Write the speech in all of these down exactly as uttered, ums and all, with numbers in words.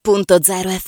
Punto zero F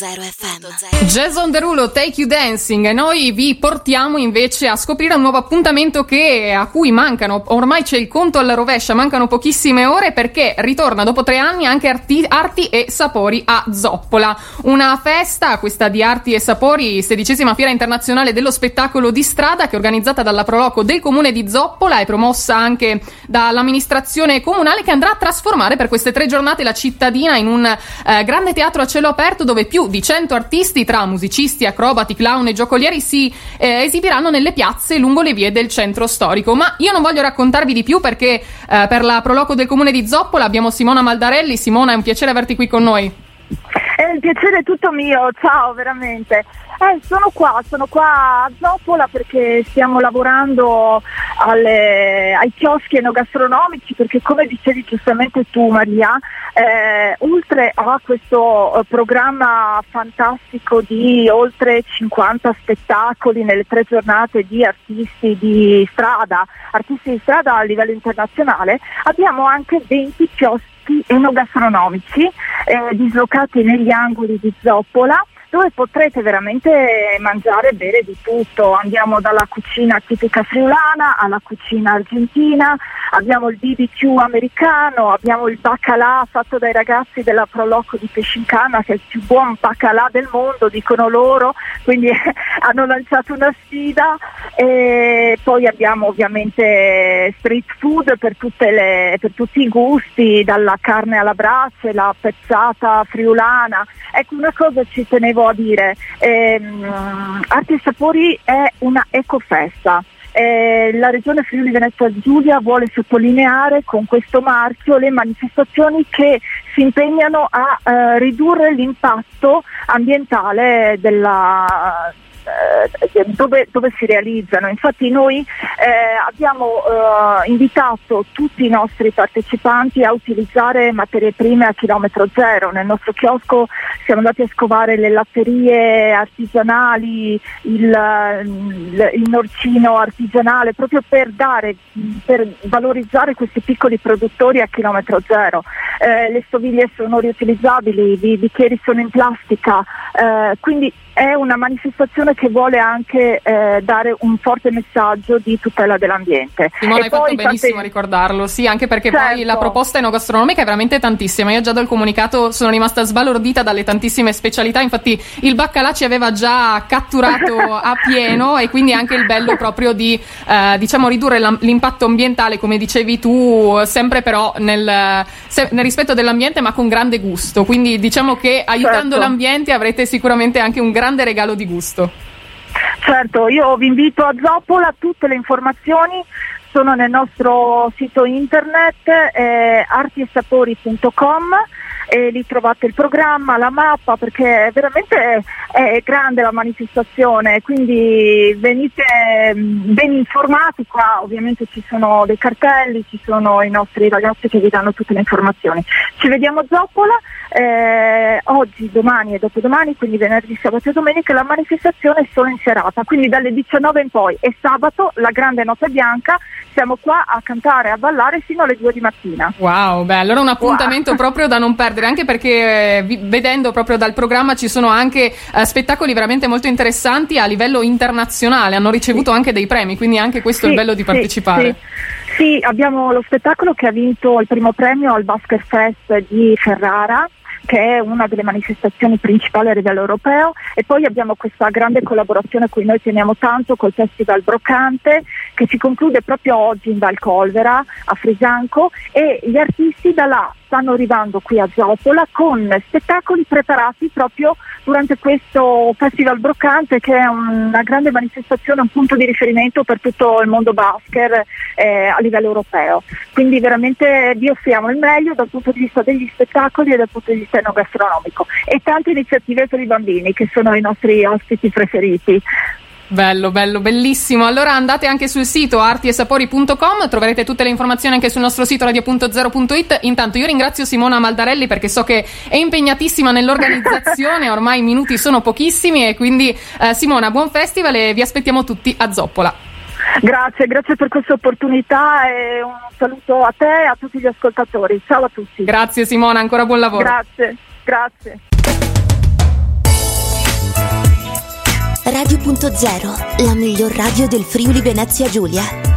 M. Jason Derulo, Take You Dancing, e noi vi portiamo invece a scoprire un nuovo appuntamento che a cui mancano, ormai c'è il conto alla rovescia, mancano pochissime ore, perché ritorna dopo tre anni anche Arti, Arti e Sapori a Zoppola, una festa, questa di Arti e Sapori, sedicesima fiera internazionale dello spettacolo di strada, che è organizzata dalla Proloco del comune di Zoppola e promossa anche dall'amministrazione comunale, che andrà a trasformare per queste tre giornate la cittadina in un eh, grande teatro a cielo aperto, dove più di cento artisti tra musicisti, acrobati, clown e giocolieri si eh, esibiranno nelle piazze lungo le vie del centro storico. Ma io non voglio raccontarvi di più, perché eh, per la Proloco del comune di Zoppola abbiamo Simona Maldarelli. Simona, è un piacere averti qui con noi. È un piacere tutto mio, ciao, veramente. Eh, sono qua, sono qua a Zoppola perché stiamo lavorando alle, ai chioschi enogastronomici, perché come dicevi giustamente tu, Maria, eh, oltre a questo eh, programma fantastico di oltre cinquanta spettacoli nelle tre giornate di artisti di strada, artisti di strada a livello internazionale, abbiamo anche venti chioschi enogastronomici eh, dislocati negli angoli di Zoppola, dove potrete veramente mangiare e bere di tutto. Andiamo dalla cucina tipica friulana alla cucina argentina, abbiamo il B B Q americano, abbiamo il baccalà fatto dai ragazzi della Proloco di Pescincana, che è il più buon baccalà del mondo, dicono loro, quindi hanno lanciato una sfida. E poi abbiamo ovviamente street food per, tutte le, per tutti i gusti, dalla carne alla brace, la pezzata friulana. Ecco, una cosa ci tenevo a dire, ehm, Arti e Sapori è una ecofesta. Eh, la regione Friuli Venezia Giulia vuole sottolineare con questo marchio le manifestazioni che si impegnano a eh, ridurre l'impatto ambientale della eh, dove, dove si realizzano. Infatti noi eh, abbiamo eh, invitato tutti i nostri partecipanti a utilizzare materie prime a chilometro zero. Nel nostro chiosco siamo andati a scovare le latterie artigianali, il, il, il norcino artigianale, proprio per dare, per valorizzare questi piccoli produttori a chilometro zero. Eh, le stoviglie sono riutilizzabili, i bicchieri sono in plastica, eh, quindi è una manifestazione che vuole anche eh, dare un forte messaggio di tutela dell'ambiente. Simona, e hai poi fatto benissimo tante... a ricordarlo, sì, anche perché certo. Poi la proposta enogastronomica è veramente tantissima. Io già dal comunicato sono rimasta sbalordita dalle tantissime specialità, infatti il baccalà ci aveva già catturato a pieno, e quindi anche il bello proprio di eh, diciamo ridurre l'impatto ambientale, come dicevi tu, sempre però nel, se, nel rispetto dell'ambiente, ma con grande gusto. Quindi diciamo che aiutando certo. l'ambiente avrete sicuramente anche un grande regalo di gusto. Certo, io vi invito a Zoppola, tutte le informazioni sono nel nostro sito internet eh, arti e sapori punto com, e lì trovate il programma, la mappa, perché veramente è, è grande la manifestazione, quindi venite ben informati. Qua ovviamente ci sono dei cartelli, ci sono i nostri ragazzi che vi danno tutte le informazioni. Ci vediamo a Zoppola eh, oggi, domani e dopodomani, quindi venerdì, sabato e domenica. La manifestazione è solo in serata, quindi dalle diciannove in poi, e sabato la grande notte bianca. Siamo qua a cantare, a ballare fino alle due di mattina. Wow, beh, allora un appuntamento wow. proprio da non perdere, anche perché eh, vi, vedendo proprio dal programma ci sono anche eh, spettacoli veramente molto interessanti a livello internazionale, hanno ricevuto sì. anche dei premi, quindi anche questo sì, è il bello di partecipare. Sì. sì, abbiamo lo spettacolo che ha vinto il primo premio al Basket Fest di Ferrara, che è una delle manifestazioni principali a livello europeo, e poi abbiamo questa grande collaborazione a cui noi teniamo tanto col Festival Brocante, che si conclude proprio oggi in Val Colvera a Frisanco, e gli artisti da là stanno arrivando qui a Zoppola con spettacoli preparati proprio durante questo Festival Brocante, che è una grande manifestazione, un punto di riferimento per tutto il mondo basket eh, a livello europeo. Quindi veramente vi offriamo il meglio dal punto di vista degli spettacoli e dal punto di vista enogastronomico, e tante iniziative per i bambini, che sono i nostri ospiti preferiti. Bello, bello, bellissimo. Allora andate anche sul sito arti e sapori punto com, troverete tutte le informazioni anche sul nostro sito radio punto zero punto it. Intanto io ringrazio Simona Maldarelli, perché so che è impegnatissima nell'organizzazione, ormai i minuti sono pochissimi, e quindi eh, Simona, buon festival, e vi aspettiamo tutti a Zoppola. Grazie, grazie per questa opportunità, e un saluto a te e a tutti gli ascoltatori. Ciao a tutti. Grazie Simona, ancora buon lavoro. Grazie, grazie. Radio punto zero, la miglior radio del Friuli Venezia Giulia.